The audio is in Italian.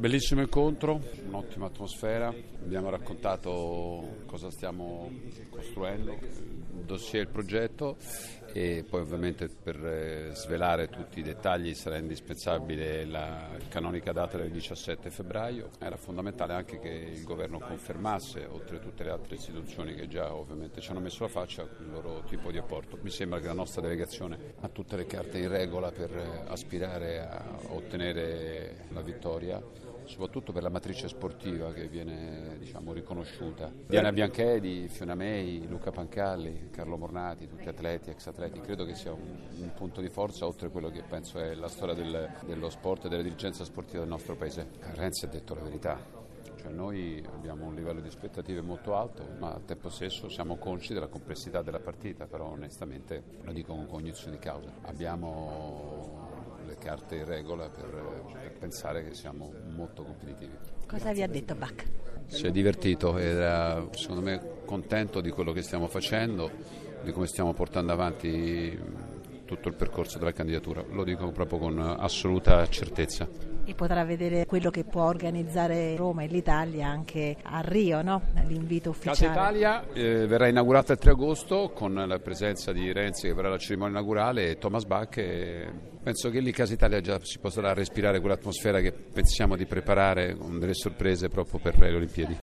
Bellissimo incontro, un'ottima atmosfera, abbiamo raccontato cosa stiamo costruendo, il dossier, il progetto, e poi ovviamente per svelare tutti i dettagli sarà indispensabile la canonica data del 17 febbraio. Era fondamentale anche che il governo confermasse, oltre a tutte le altre istituzioni che già ovviamente ci hanno messo la faccia, il loro tipo di apporto. Mi sembra che la nostra delegazione ha tutte le carte in regola per aspirare a ottenere la vittoria, soprattutto per la matrice sportiva che viene riconosciuta. Diana Bianchedi, Fiona May, Luca Pancalli, Carlo Mornati, tutti atleti, ex atleti, credo che sia un punto di forza oltre a quello che penso è la storia dello sport e della dirigenza sportiva del nostro paese. Renzi ha detto la verità, cioè noi abbiamo un livello di aspettative molto alto, ma al tempo stesso siamo consci della complessità della partita, però onestamente lo dico con cognizione di causa. Abbiamo le carte in regola per pensare che siamo molto competitivi. Cosa vi ha detto Bach? Si è divertito, era secondo me contento di quello che stiamo facendo, di come stiamo portando avanti tutto il percorso della candidatura, lo dico proprio con assoluta certezza. E potrà vedere quello che può organizzare Roma e l'Italia anche a Rio, no? L'invito ufficiale. Casa Italia verrà inaugurata il 3 agosto con la presenza di Renzi che verrà alla cerimonia inaugurale e Thomas Bach, e penso che lì Casa Italia già si potrà respirare quell'atmosfera che pensiamo di preparare con delle sorprese proprio per le Olimpiadi.